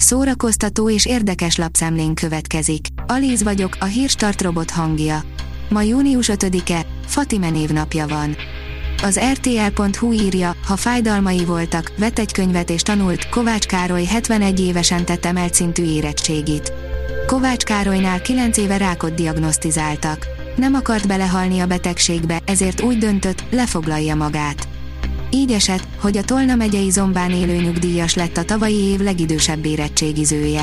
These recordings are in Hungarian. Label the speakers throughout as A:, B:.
A: szórakoztató és érdekes lapszemlén következik. Alíz vagyok, a Hírstart robot hangja. Ma június 5-e, Fatime névnapja van. Az RTL.hu írja, ha fájdalmai voltak, vett egy könyvet és tanult, Kovács Károly 71 évesen tett emelt szintű érettségit. Kovács Károlynál 9 éve rákot diagnosztizáltak. Nem akart belehalni a betegségbe, ezért úgy döntött, lefoglalja magát. Így esett, hogy a Tolna megyei Zombán élő nyugdíjas lett a tavalyi év legidősebb érettségizője.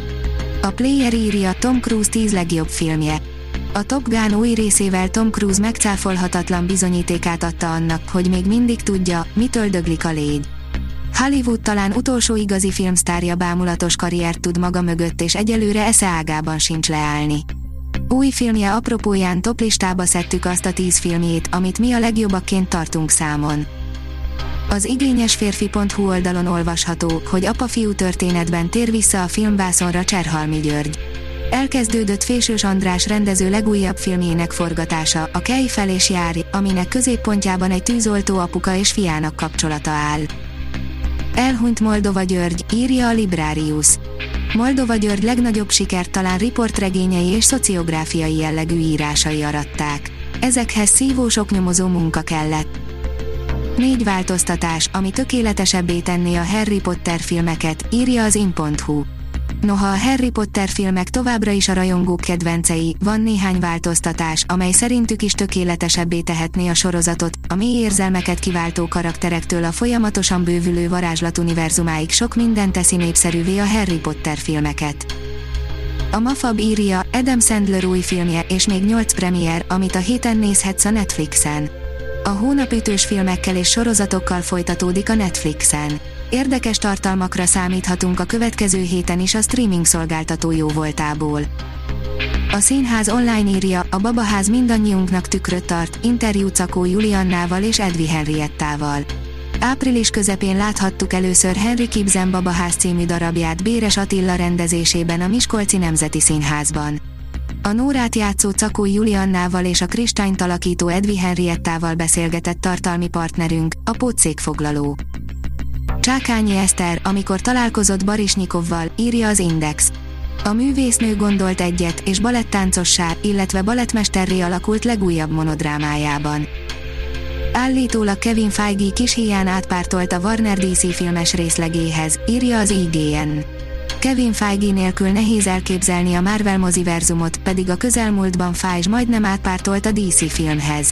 A: A Player írja, Tom Cruise 10 legjobb filmje. A Top Gun új részével Tom Cruise megcáfolhatatlan bizonyítékát adta annak, hogy még mindig tudja, mitől döglik a légy. Hollywood talán utolsó igazi filmsztárja bámulatos karriert tud maga mögött, és egyelőre esze ágában sincs leállni. Új filmje apropóján toplistába szedtük azt a 10 filmjét, amit mi a legjobbakként tartunk számon. Az igényesférfi.hu oldalon olvasható, hogy apa-fiú történetben tér vissza a filmvászonra Cserhalmi György. Elkezdődött Fésős András rendező legújabb filmjének forgatása, a Kelj fel és járj, aminek középpontjában egy tűzoltó apuka és fiának kapcsolata áll. Elhunyt Moldova György, írja a Librarius. Moldova György legnagyobb sikert talán riportregényei és szociográfiai jellegű írásai aratták. Ezekhez szívós oknyomozó munka kellett. 4 változtatás, ami tökéletesebbé tenné a Harry Potter filmeket, írja az in.hu. Noha a Harry Potter filmek továbbra is a rajongók kedvencei, van néhány változtatás, amely szerintük is tökéletesebbé tehetné a sorozatot, a mély érzelmeket kiváltó karakterektől a folyamatosan bővülő varázslatuniverzumáig sok minden teszi népszerűvé a Harry Potter filmeket. A Mafab írja, Adam Sandler új filmje és még 8 premier, amit a héten nézhetsz a Netflixen. A hónapütős filmekkel és sorozatokkal folytatódik a Netflixen. Érdekes tartalmakra számíthatunk a következő héten is a streaming szolgáltató jóvoltából. A Színház online írja, a Babaház mindannyiunknak tükröt tart, interjú Czakó Juliannával és Edvi Henriettával. Április közepén láthattuk először Henrik Ibsen Babaház című darabját Béres Attila rendezésében a Miskolci Nemzeti Színházban. A Nórát játszó Czakó Juliannával és a Kristályt alakító Edvi Henriettával beszélgetett tartalmi partnerünk, a Pótszékfoglaló. Csákányi Eszter, amikor találkozott Barisnyikovval, írja az Index. A művésznő gondolt egyet, és balettáncossá, illetve balettmesterré alakult legújabb monodrámájában. Állítólag Kevin Feige kis híján átpártolt a Warner DC filmes részlegéhez, írja az IGN. Kevin Feige nélkül nehéz elképzelni a Marvel moziverzumot, pedig a közelmúltban Feige majdnem átpártolt a DC filmhez.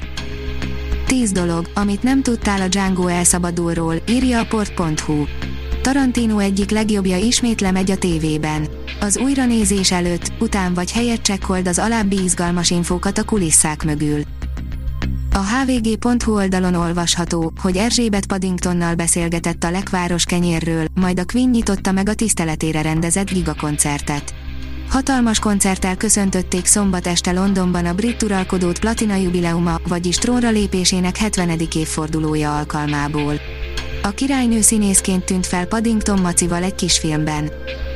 A: 10 dolog, amit nem tudtál a Django elszabadulról, írja a port.hu. Tarantino egyik legjobbja ismét lemegy a tévében. Az újranézés előtt, után vagy helyett csekkold az alábbi izgalmas infókat a kulisszák mögül. A hvg.hu oldalon olvasható, hogy Erzsébet Paddingtonnal beszélgetett a lekváros kenyérről, majd a Queen nyitotta meg a tiszteletére rendezett gigakoncertet. Hatalmas koncerttel köszöntötték szombat este Londonban a brit uralkodót platina jubileuma, vagyis trónra lépésének 70. évfordulója alkalmából. A királynő színészként tűnt fel Paddington Macival egy kisfilmben.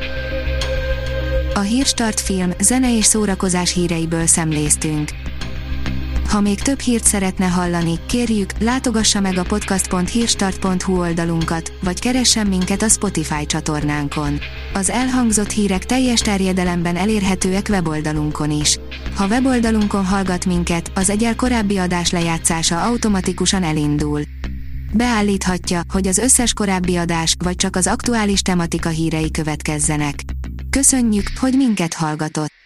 A: A Hírstart film, zene és szórakozás híreiből szemléztünk. Ha még több hírt szeretne hallani, kérjük, látogassa meg a podcast.hírstart.hu oldalunkat, vagy keressen minket a Spotify csatornánkon. Az elhangzott hírek teljes terjedelemben elérhetőek weboldalunkon is. Ha weboldalunkon hallgat minket, az egyel korábbi adás lejátszása automatikusan elindul. Beállíthatja, hogy az összes korábbi adás, vagy csak az aktuális tematika hírei következzenek. Köszönjük, hogy minket hallgatott!